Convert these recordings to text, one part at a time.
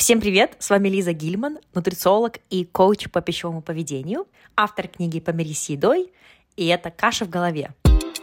Всем привет! С вами Лиза Гильман, нутрициолог и коуч по пищевому поведению, автор книги «Помирись с едой», и это «Каша в голове».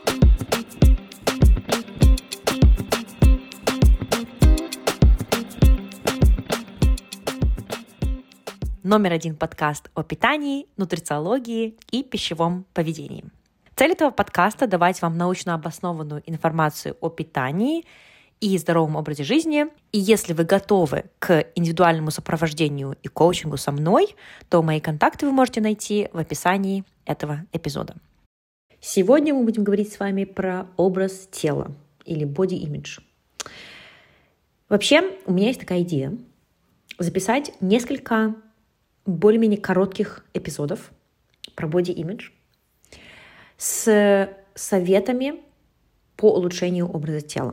Номер 1 подкаст о питании, нутрициологии и пищевом поведении. Цель этого подкаста – давать вам научно обоснованную информацию о питании и здоровом образе жизни. И если вы готовы к индивидуальному сопровождению и коучингу со мной, то мои контакты вы можете найти в описании этого эпизода. Сегодня мы будем говорить с вами про образ тела или body image. Вообще, у меня есть такая идея записать несколько более-менее коротких эпизодов про body image с советами по улучшению образа тела.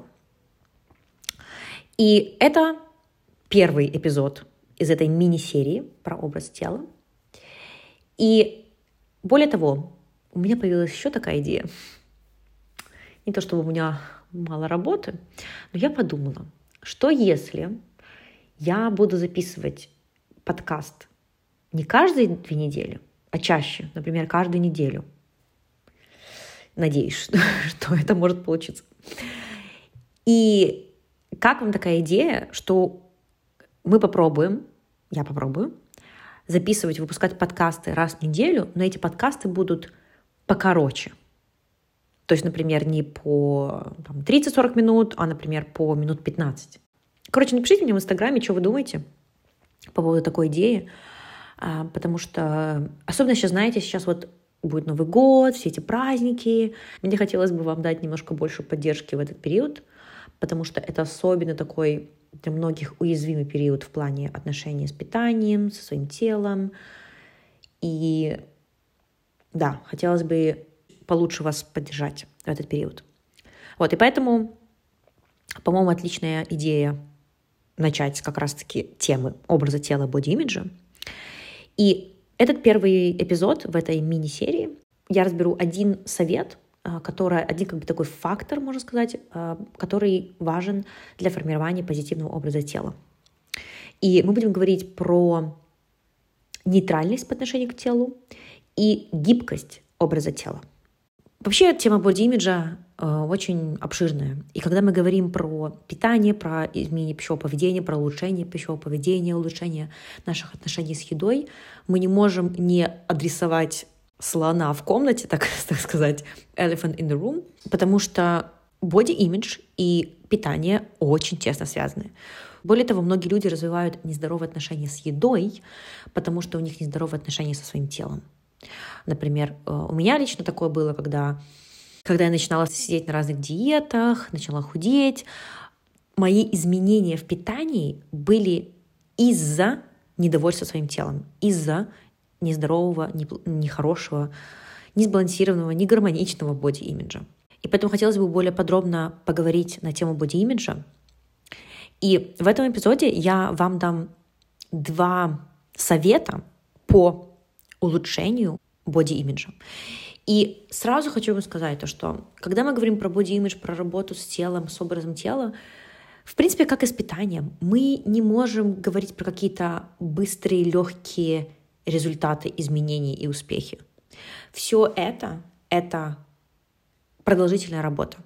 И это первый эпизод из этой мини-серии про образ тела. И более того, у меня появилась еще такая идея. Не то чтобы у меня мало работы, но я подумала, что если я буду записывать подкаст не каждые 2 недели, а чаще, например, каждую неделю. Надеюсь, что это может получиться. И как вам такая идея, что я попробую записывать, выпускать подкасты раз в неделю, но эти подкасты будут покороче. То есть, например, не по 30-40 минут, а, например, по минут 15. Короче, напишите мне в Инстаграме, что вы думаете по поводу такой идеи, потому что, особенно сейчас, знаете, сейчас вот будет Новый год, все эти праздники. Мне хотелось бы вам дать немножко больше поддержки в этот период, потому что это особенно такой для многих уязвимый период в плане отношений с питанием, со своим телом. И да, хотелось бы получше вас поддержать в этот период. Вот, и поэтому, по-моему, отличная идея начать как раз-таки темы образа тела, боди-имиджа. И этот первый эпизод в этой мини-серии я разберу один совет, один как бы такой фактор, можно сказать, который важен для формирования позитивного образа тела. И мы будем говорить про нейтральность по отношению к телу и гибкость образа тела. Вообще тема боди-имиджа очень обширная. И когда мы говорим про питание, про изменение пищевого поведения, про улучшение пищевого поведения, улучшение наших отношений с едой, мы не можем не адресовать слона в комнате, так сказать, elephant in the room, потому что body image и питание очень тесно связаны. Более того, многие люди развивают нездоровые отношения с едой, потому что у них нездоровые отношения со своим телом. Например, у меня лично такое было, когда я начинала сидеть на разных диетах, начала худеть. Мои изменения в питании были из-за недовольства своим телом, из-за нездорового, нехорошего, несбалансированного, негармоничного боди-имиджа. И поэтому хотелось бы более подробно поговорить на тему боди-имиджа. И в этом эпизоде я вам дам 2 совета по улучшению боди-имиджа. И сразу хочу вам сказать то, что когда мы говорим про боди-имидж, про работу с телом, с образом тела, в принципе, как и с питанием, мы не можем говорить про какие-то быстрые, легкие результаты, изменений и успехи. Все это продолжительная работа.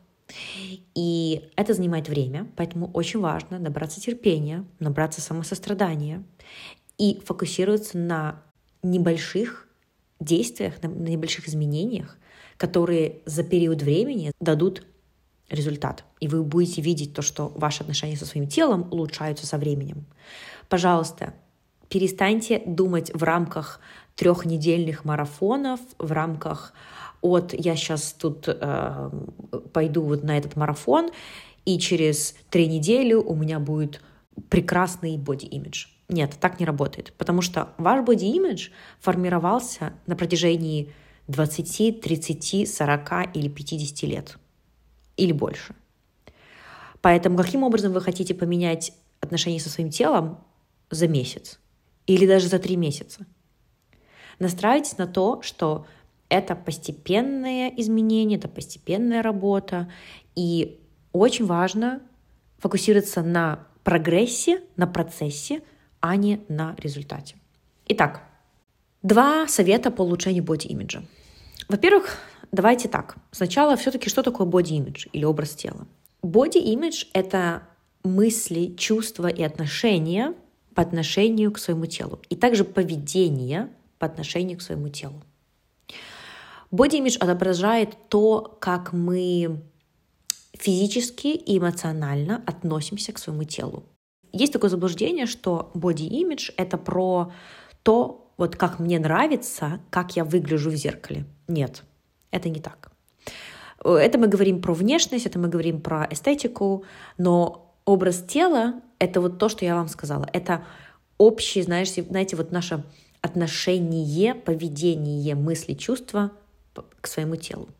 И это занимает время, поэтому очень важно набраться терпения, набраться самосострадания и фокусироваться на небольших действиях, на небольших изменениях, которые за период времени дадут результат. И вы будете видеть то, что ваши отношения со своим телом улучшаются со временем. Пожалуйста, перестаньте думать в рамках 3-недельных марафонов, в рамках я сейчас тут пойду вот на этот марафон, и через 3 недели у меня будет прекрасный боди-имидж. Нет, так не работает, потому что ваш боди-имидж формировался на протяжении 20, 30, 40 или 50 лет. Или больше. Поэтому каким образом вы хотите поменять отношения со своим телом за месяц? Или даже за 3 месяца? Настраивайтесь на то, что это постепенное изменение, это постепенная работа. И очень важно фокусироваться на прогрессе, на процессе, а не на результате. Итак, 2 совета по улучшению боди-имиджа. Во-первых, давайте так. Сначала все-таки, что такое боди-имидж или образ тела? Боди-имидж — это мысли, чувства и отношения по отношению к своему телу. И также поведение по отношению к своему телу. Боди-имидж отображает то, как мы физически и эмоционально относимся к своему телу. Есть такое заблуждение, что боди-имидж — это про то, вот как мне нравится, как я выгляжу в зеркале. Нет, это не так. Это мы говорим про внешность, это мы говорим про эстетику, но образ тела — это вот то, что я вам сказала. Это общее, знаете, вот наше отношение, поведение, мысли, чувства к своему телу.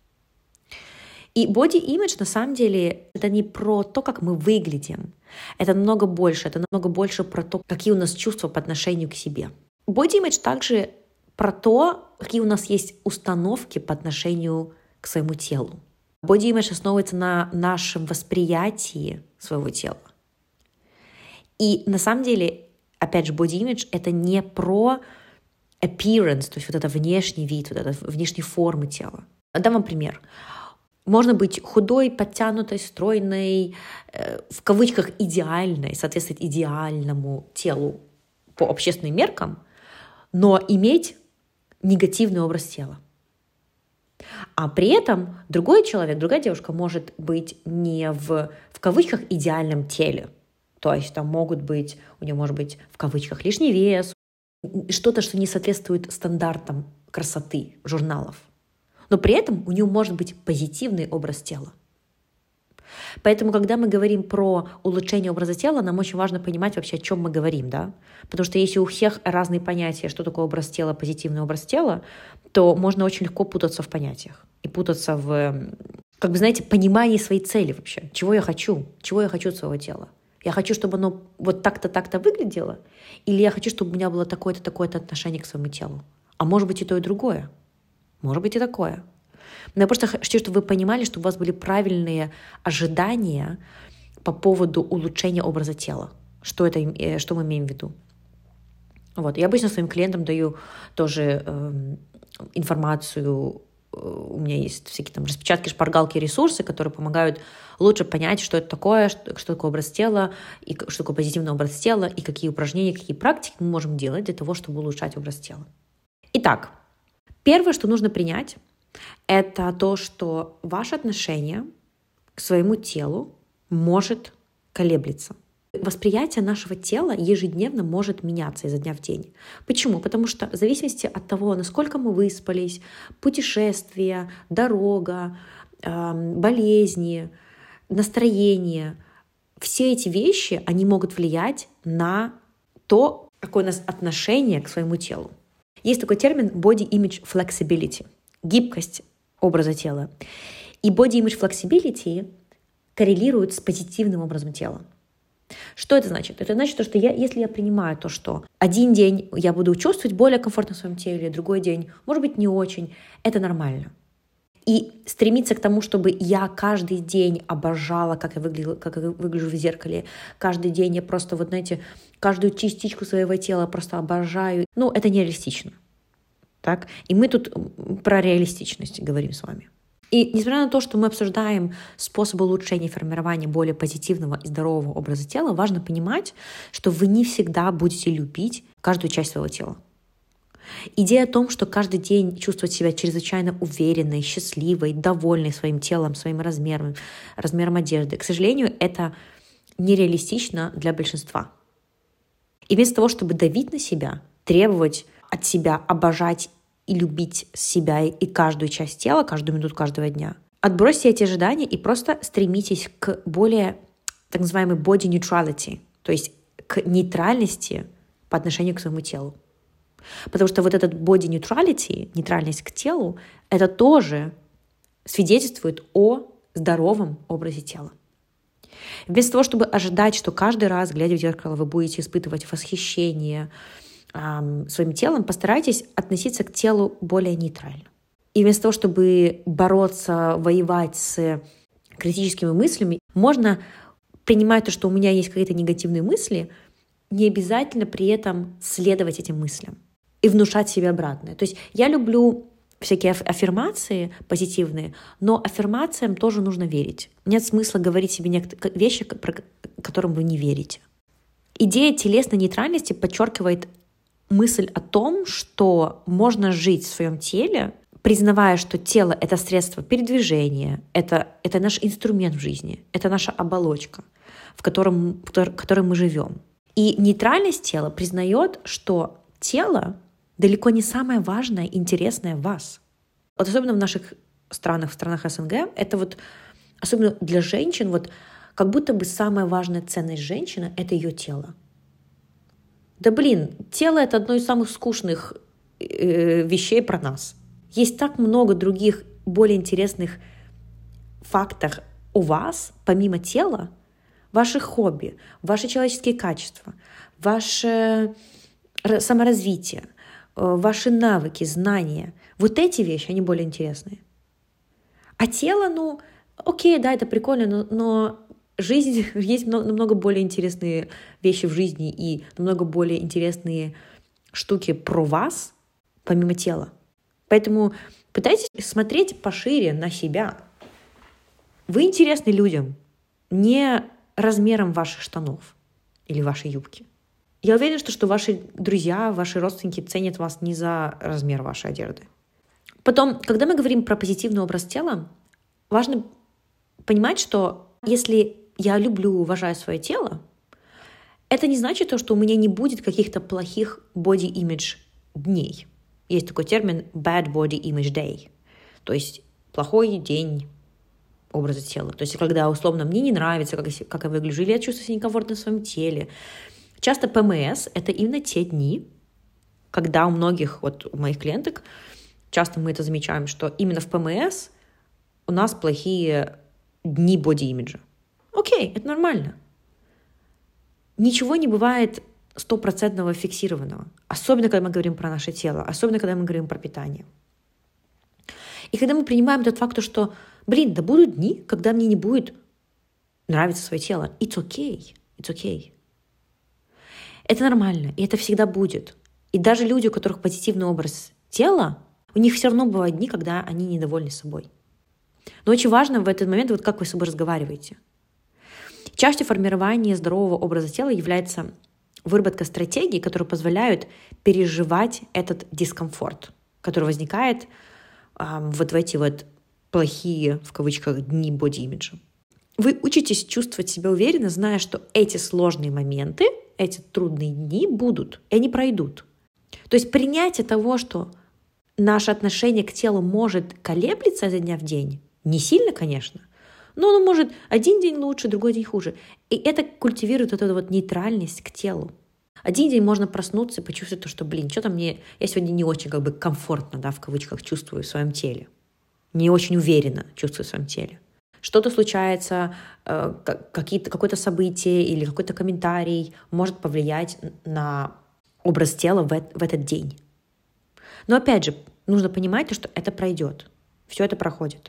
И body-image на самом деле это не про то, как мы выглядим. Это намного больше. Это намного больше про то, какие у нас чувства по отношению к себе. Body-image также про то, какие у нас есть установки по отношению к своему телу. Body-image основывается на нашем восприятии своего тела. И на самом деле, опять же, body-image — это не про appearance, то есть вот это внешний вид, вот это внешней формы тела. Дам вам пример. Можно быть худой, подтянутой, стройной, в кавычках идеальной, соответствовать идеальному телу по общественным меркам, но иметь негативный образ тела. А при этом другой человек, другая девушка может быть не в кавычках идеальном теле. То есть там у нее может быть в кавычках лишний вес, что-то, что не соответствует стандартам красоты журналов. Но при этом у нее может быть позитивный образ тела. Поэтому, когда мы говорим про улучшение образа тела, нам очень важно понимать вообще, о чем мы говорим, да? Потому что если у всех разные понятия, что такое образ тела, позитивный образ тела, то можно очень легко путаться в понятиях и путаться в, понимании своей цели вообще. Чего я хочу от своего тела. Я хочу, чтобы оно вот так-то, так-то выглядело, или я хочу, чтобы у меня было такое-то, такое-то отношение к своему телу. А может быть и то, и другое. Может быть и такое. Но я просто хочу, чтобы вы понимали, что у вас были правильные ожидания по поводу улучшения образа тела. Что мы имеем в виду? Вот. Я обычно своим клиентам даю тоже информацию. У меня есть всякие там распечатки, шпаргалки, ресурсы, которые помогают лучше понять, что это такое, что такое образ тела, и что такое позитивный образ тела, и какие упражнения, какие практики мы можем делать для того, чтобы улучшать образ тела. Итак, первое, что нужно принять, это то, что ваше отношение к своему телу может колеблиться. Восприятие нашего тела ежедневно может меняться изо дня в день. Почему? Потому что в зависимости от того, насколько мы выспались, путешествия, дорога, болезни, настроение, все эти вещи, они могут влиять на то, какое у нас отношение к своему телу. Есть такой термин body image flexibility, гибкость образа тела. И body image flexibility коррелирует с позитивным образом тела. Что это значит? Это значит, что если я принимаю то, что один день я буду чувствовать более комфортно в своем теле, другой день, может быть, не очень, это нормально. И стремиться к тому, чтобы я каждый день обожала, как я выгляжу в зеркале, каждый день я просто, каждую частичку своего тела просто обожаю, это нереалистично. Так? И мы тут про реалистичность говорим с вами. И несмотря на то, что мы обсуждаем способы улучшения и формирования более позитивного и здорового образа тела, важно понимать, что вы не всегда будете любить каждую часть своего тела. Идея о том, что каждый день чувствовать себя чрезвычайно уверенной, счастливой, довольной своим телом, своим размером одежды, к сожалению, это нереалистично для большинства. И вместо того, чтобы давить на себя, требовать от себя обожать и любить себя и каждую часть тела, каждую минуту каждого дня, отбросьте эти ожидания и просто стремитесь к более так называемой body neutrality, то есть к нейтральности по отношению к своему телу. Потому что вот этот body neutrality, нейтральность к телу, это тоже свидетельствует о здоровом образе тела. Вместо того, чтобы ожидать, что каждый раз, глядя в зеркало, вы будете испытывать восхищение своим телом, постарайтесь относиться к телу более нейтрально. И вместо того, чтобы бороться, воевать с критическими мыслями, можно принимать то, что у меня есть какие-то негативные мысли, не обязательно при этом следовать этим мыслям и внушать себе обратное. То есть я люблю всякие аффирмации позитивные, но аффирмациям тоже нужно верить. Нет смысла говорить себе некоторые вещи, которым вы не верите. Идея телесной нейтральности подчеркивает мысль о том, что можно жить в своем теле, признавая, что тело — это средство передвижения, это наш инструмент в жизни, это наша оболочка, в которой мы живем. И нейтральность тела признает, что тело далеко не самое важное и интересное в вас. Вот особенно в наших странах, в странах СНГ, это вот, особенно для женщин, вот как будто бы самая важная ценность женщины — это ее тело. Да блин, тело — это одно из самых скучных вещей про нас. Есть так много других более интересных фактов о вас, помимо тела, ваши хобби, ваши человеческие качества, ваше саморазвитие, ваши навыки, знания. Вот эти вещи, они более интересные. А тело, окей, да, это прикольно, но жизнь, есть намного более интересные вещи в жизни и намного более интересные штуки про вас, помимо тела. Поэтому пытайтесь смотреть пошире на себя. Вы интересны людям, не размером ваших штанов или вашей юбки. Я уверена, что ваши друзья, ваши родственники ценят вас не за размер вашей одежды. Потом, когда мы говорим про позитивный образ тела, важно понимать, что если я люблю, уважаю свое тело, это не значит то, что у меня не будет каких-то плохих body image дней. Есть такой термин bad body image day, то есть плохой день образа тела. То есть когда условно мне не нравится, как я выгляжу, или я чувствую себя некомфортно в своем теле. Часто ПМС — это именно те дни, когда у многих, вот у моих клиенток, часто мы это замечаем, что именно в ПМС у нас плохие дни боди-имиджа. Окей, это нормально. Ничего не бывает 100% фиксированного. Особенно, когда мы говорим про наше тело, особенно, когда мы говорим про питание. И когда мы принимаем тот факт, что, да будут дни, когда мне не будет нравиться свое тело. It's okay. Это нормально, и это всегда будет. И даже люди, у которых позитивный образ тела, у них все равно бывают дни, когда они недовольны собой. Но очень важно в этот момент, вот как вы с собой разговариваете. Частью формирования здорового образа тела является выработка стратегий, которые позволяют переживать этот дискомфорт, который возникает вот в эти вот плохие, в кавычках, дни боди-имиджа. Вы учитесь чувствовать себя уверенно, зная, что эти сложные моменты, эти трудные дни будут, и они пройдут. То есть принятие того, что наше отношение к телу может колеблиться изо дня в день, не сильно, конечно, но оно может один день лучше, другой день хуже. И это культивирует вот эту вот нейтральность к телу. Один день можно проснуться и почувствовать то, что, что-то я сегодня не очень комфортно, да, в кавычках, чувствую в своем теле. Не очень уверенно чувствую в своем теле. Что-то случается, какое-то событие или какой-то комментарий может повлиять на образ тела в этот день. Но опять же, нужно понимать, что это пройдет. Все это проходит.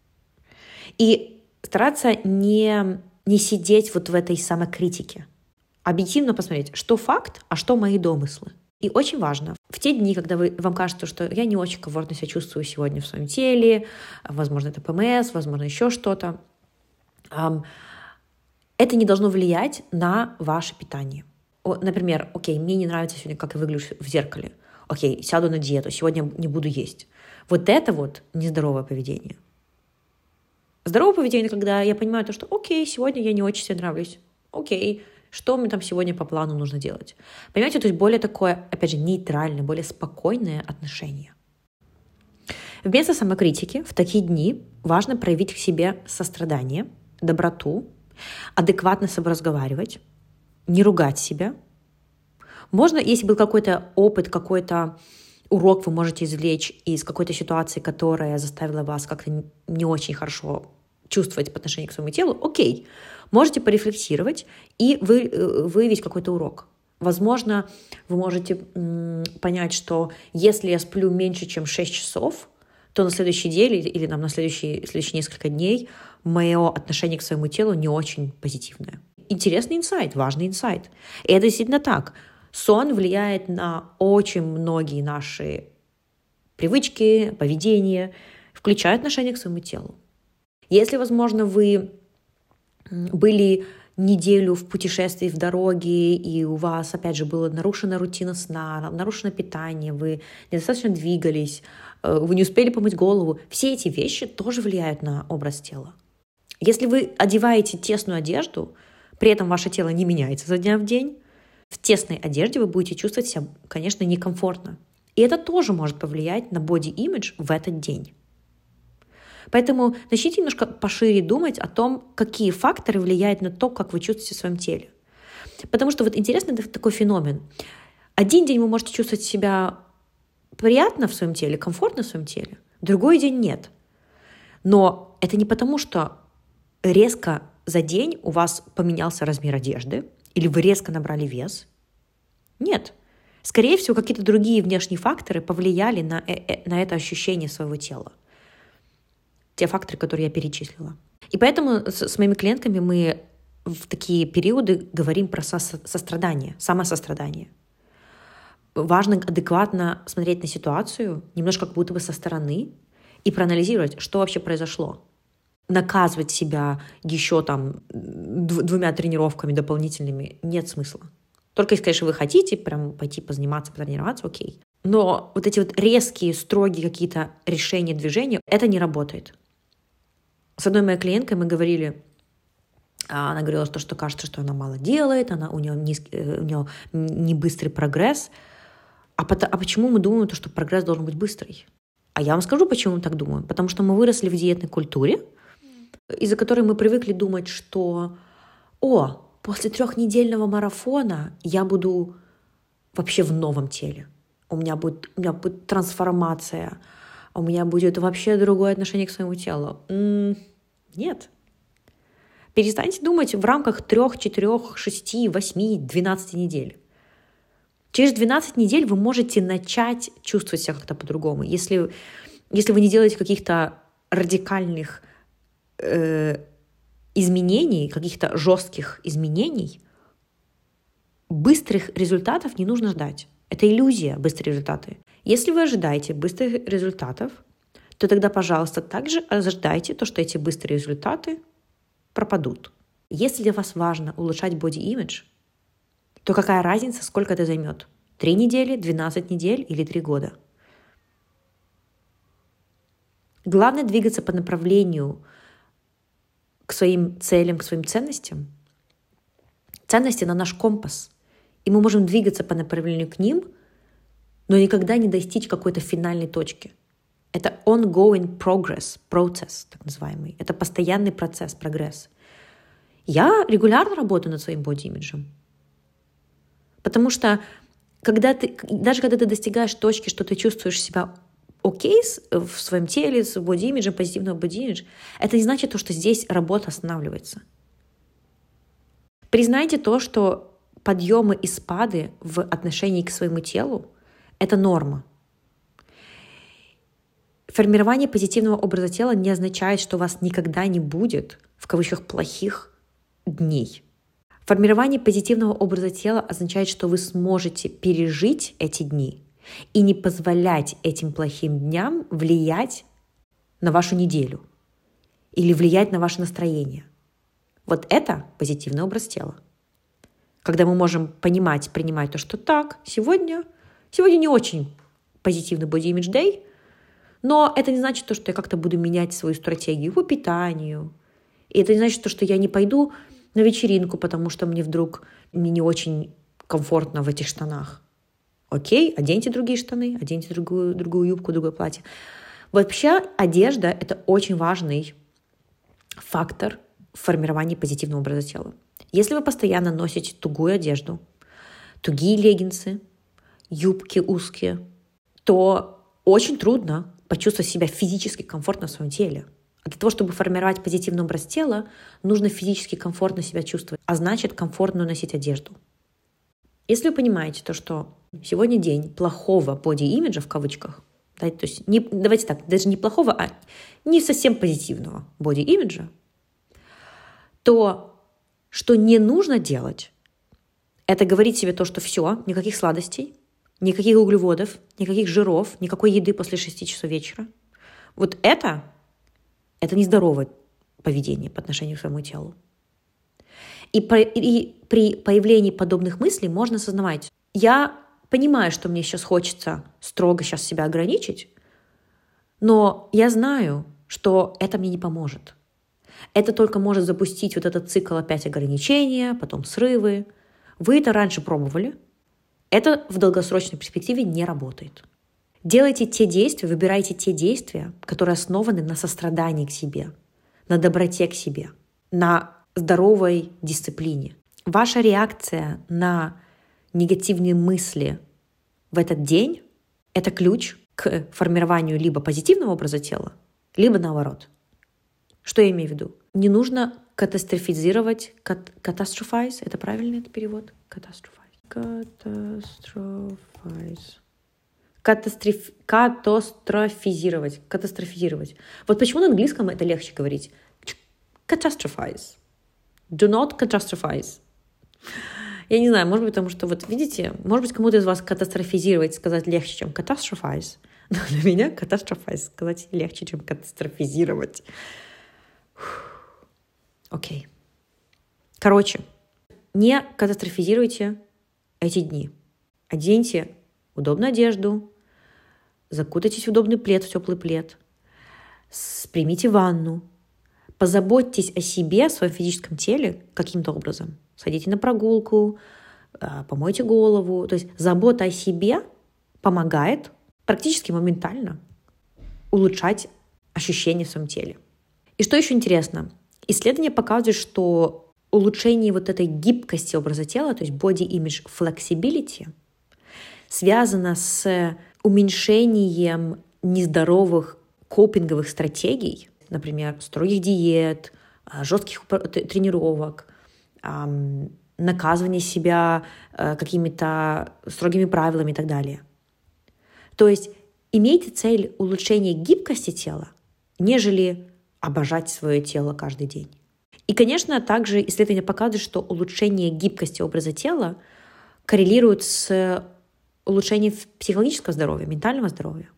И стараться не сидеть вот в этой самокритике. Объективно посмотреть, что факт, а что мои домыслы. И очень важно, в те дни, когда вам кажется, что я не очень комфортно себя чувствую сегодня в своем теле, возможно, это ПМС, возможно, еще что-то, это не должно влиять на ваше питание. Например, мне не нравится сегодня, как я выгляжу в зеркале. Сяду на диету, сегодня не буду есть. Вот это вот нездоровое поведение. Здоровое поведение, когда я понимаю то, что сегодня я не очень себе нравлюсь. Что мне там сегодня по плану нужно делать? Понимаете, то есть более такое, опять же, нейтральное, более спокойное отношение. Вместо самокритики в такие дни важно проявить к себе сострадание, доброту, адекватно с собой разговаривать, не ругать себя. Можно, если был какой-то опыт, какой-то урок вы можете извлечь из какой-то ситуации, которая заставила вас как-то не очень хорошо чувствовать по отношению к своему телу, можете порефлексировать и выявить какой-то урок. Возможно, вы можете понять, что если я сплю меньше, чем 6 часов, то на следующий день или на следующие несколько дней мое отношение к своему телу не очень позитивное. интересный инсайт, важный инсайт. И это действительно так. Сон влияет на очень многие наши привычки, поведение, включая отношение к своему телу. Если, возможно, вы были неделю в путешествии, в дороге, и у вас, опять же, была нарушена рутина сна, нарушено питание, вы недостаточно двигались, вы не успели помыть голову, все эти вещи тоже влияют на образ тела. Если вы одеваете тесную одежду, при этом ваше тело не меняется изо дня в день, в тесной одежде вы будете чувствовать себя, конечно, некомфортно. И это тоже может повлиять на body-image в этот день. Поэтому начните немножко пошире думать о том, какие факторы влияют на то, как вы чувствуете в своем теле. Потому что вот интересный такой феномен. Один день вы можете чувствовать себя приятно в своем теле, комфортно в своем теле, другой день нет. Но это не потому, что резко за день у вас поменялся размер одежды или вы резко набрали вес. Нет. Скорее всего, какие-то другие внешние факторы повлияли на это ощущение своего тела. Те факторы, которые я перечислила. И поэтому с моими клиентками мы в такие периоды говорим про сострадание, самосострадание. Важно адекватно смотреть на ситуацию, немножко как будто бы со стороны, и проанализировать, что вообще произошло. Наказывать себя еще там 2 тренировками дополнительными нет смысла. Только если, конечно, вы хотите прям пойти позаниматься, потренироваться, окей. Но вот эти вот резкие, строгие какие-то решения, движения, это не работает. С одной моей клиенткой мы говорили, она говорила, что кажется, что она мало делает, у нее не быстрый прогресс. А почему мы думаем, что прогресс должен быть быстрый? А я вам скажу, почему мы так думаем. Потому что мы выросли в диетной культуре, из-за которой мы привыкли думать, что после 3-недельного марафона я буду вообще в новом теле. У меня будет трансформация, у меня будет вообще другое отношение к своему телу. Нет. Перестаньте думать в рамках 3, 4, 6, 8, 12 недель. Через 12 недель вы можете начать чувствовать себя как-то по-другому. Если вы не делаете каких-то радикальных изменений, каких-то жестких изменений, быстрых результатов не нужно ждать. Это иллюзия, быстрые результаты. Если вы ожидаете быстрых результатов, то тогда, пожалуйста, также ожидайте то, что эти быстрые результаты пропадут. Если для вас важно улучшать body-image, то какая разница, сколько это займет? 3 недели, 12 недель или 3 года? Главное двигаться по направлению к своим целям, к своим ценностям. Ценности — это наш компас. И мы можем двигаться по направлению к ним, но никогда не достичь какой-то финальной точки. Это ongoing процесс, так называемый. Это постоянный процесс, прогресс. Я регулярно работаю над своим боди-имиджем. Потому что даже когда ты достигаешь точки, что ты чувствуешь себя окей в своем теле, с боди-имиджем, позитивного боди-имидж, это не значит, что здесь работа останавливается. Признайте то, что подъемы и спады в отношении к своему телу — это норма. Формирование позитивного образа тела не означает, что у вас никогда не будет, в кавычках, плохих дней. Формирование позитивного образа тела означает, что вы сможете пережить эти дни и не позволять этим плохим дням влиять на вашу неделю или влиять на ваше настроение. Вот это позитивный образ тела. Когда мы можем понимать, принимать то, что так, сегодня не очень позитивный body image day, но это не значит, что я как-то буду менять свою стратегию по питанию. И это не значит, что я не пойду на вечеринку, потому что мне не очень комфортно в этих штанах. Окей, оденьте другие штаны, оденьте другую юбку, другое платье. Вообще одежда — это очень важный фактор в формировании позитивного образа тела. Если вы постоянно носите тугую одежду, тугие леггинсы, юбки узкие, то очень трудно почувствовать себя физически комфортно в своем теле. А для того, чтобы формировать позитивный образ тела, нужно физически комфортно себя чувствовать, а значит, комфортно носить одежду. Если вы понимаете то, что сегодня день плохого боди-имиджа, в кавычках, да, то есть давайте так, даже не плохого, не совсем позитивного боди-имиджа, то что не нужно делать, это говорить себе то, что все, никаких сладостей, никаких углеводов, никаких жиров, никакой еды после 6 часов вечера. Вот это нездоровое поведение по отношению к своему телу. И при появлении подобных мыслей можно осознавать: я понимаю, что мне сейчас хочется строго сейчас себя ограничить, но я знаю, что это мне не поможет. Это только может запустить вот этот цикл опять ограничения, потом срывы. Вы это раньше пробовали. Это в долгосрочной перспективе не работает. Делайте те действия, выбирайте те действия, которые основаны на сострадании к себе, на доброте к себе, на здоровой дисциплине. Ваша реакция на негативные мысли в этот день — это ключ к формированию либо позитивного образа тела, либо наоборот. Что я имею в виду? Не нужно катастрофизировать, catastrophize, это правильный это перевод? Катастрофизировать. Вот почему на английском это легче говорить? Catastrophize. Do not catastrophize. Я не знаю, может быть, потому что, вот видите, может быть, кому-то из вас катастрофизировать сказать легче, чем catastrophize. Но для меня catastrophize сказать легче, чем катастрофизировать. Окей. Короче, не катастрофизируйте эти дни. Оденьте удобную одежду, закутайтесь в удобный плед, в теплый плед, примите ванну, позаботьтесь о себе, о своем физическом теле каким-то образом. Сходите на прогулку, помойте голову. То есть забота о себе помогает практически моментально улучшать ощущения в своем теле. И что еще интересно? Исследования показывают, что улучшение вот этой гибкости образа тела, то есть body image flexibility, связано с уменьшением нездоровых копинговых стратегий, например, строгих диет, жестких тренировок, наказывания себя какими-то строгими правилами и так далее. То есть имейте цель улучшения гибкости тела, нежели обожать свое тело каждый день. И, конечно, также исследования показывают, что улучшение гибкости образа тела коррелирует с улучшением психологического здоровья, ментального здоровья.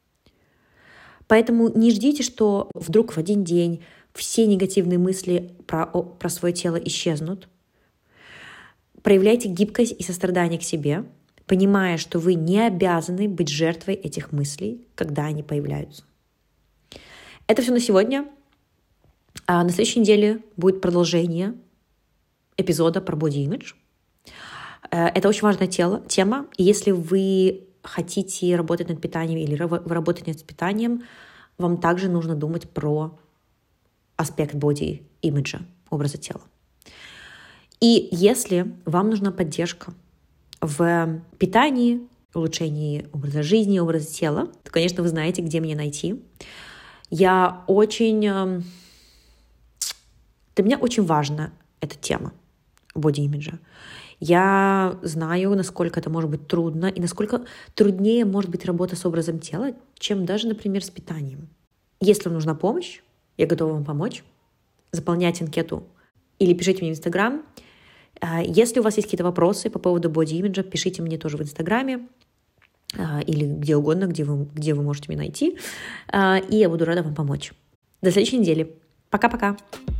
Поэтому не ждите, что вдруг в один день все негативные мысли про свое тело исчезнут. Проявляйте гибкость и сострадание к себе, понимая, что вы не обязаны быть жертвой этих мыслей, когда они появляются. Это все на сегодня. А на следующей неделе будет продолжение эпизода про body image. Это очень важная тема. И если вы хотите работать над питанием или вы работаете над питанием, вам также нужно думать про аспект body image, образа тела. И если вам нужна поддержка в питании, улучшении образа жизни, образа тела, то, конечно, вы знаете, где меня найти. Для меня очень важна эта тема боди-имиджа. Я знаю, насколько это может быть трудно и насколько труднее может быть работа с образом тела, чем даже, например, с питанием. Если вам нужна помощь, я готова вам помочь. Заполняйте анкету или пишите мне в Инстаграм. Если у вас есть какие-то вопросы по поводу боди-имиджа, пишите мне тоже в Инстаграме или где угодно, где вы можете меня найти. И я буду рада вам помочь. До следующей недели. Пока-пока.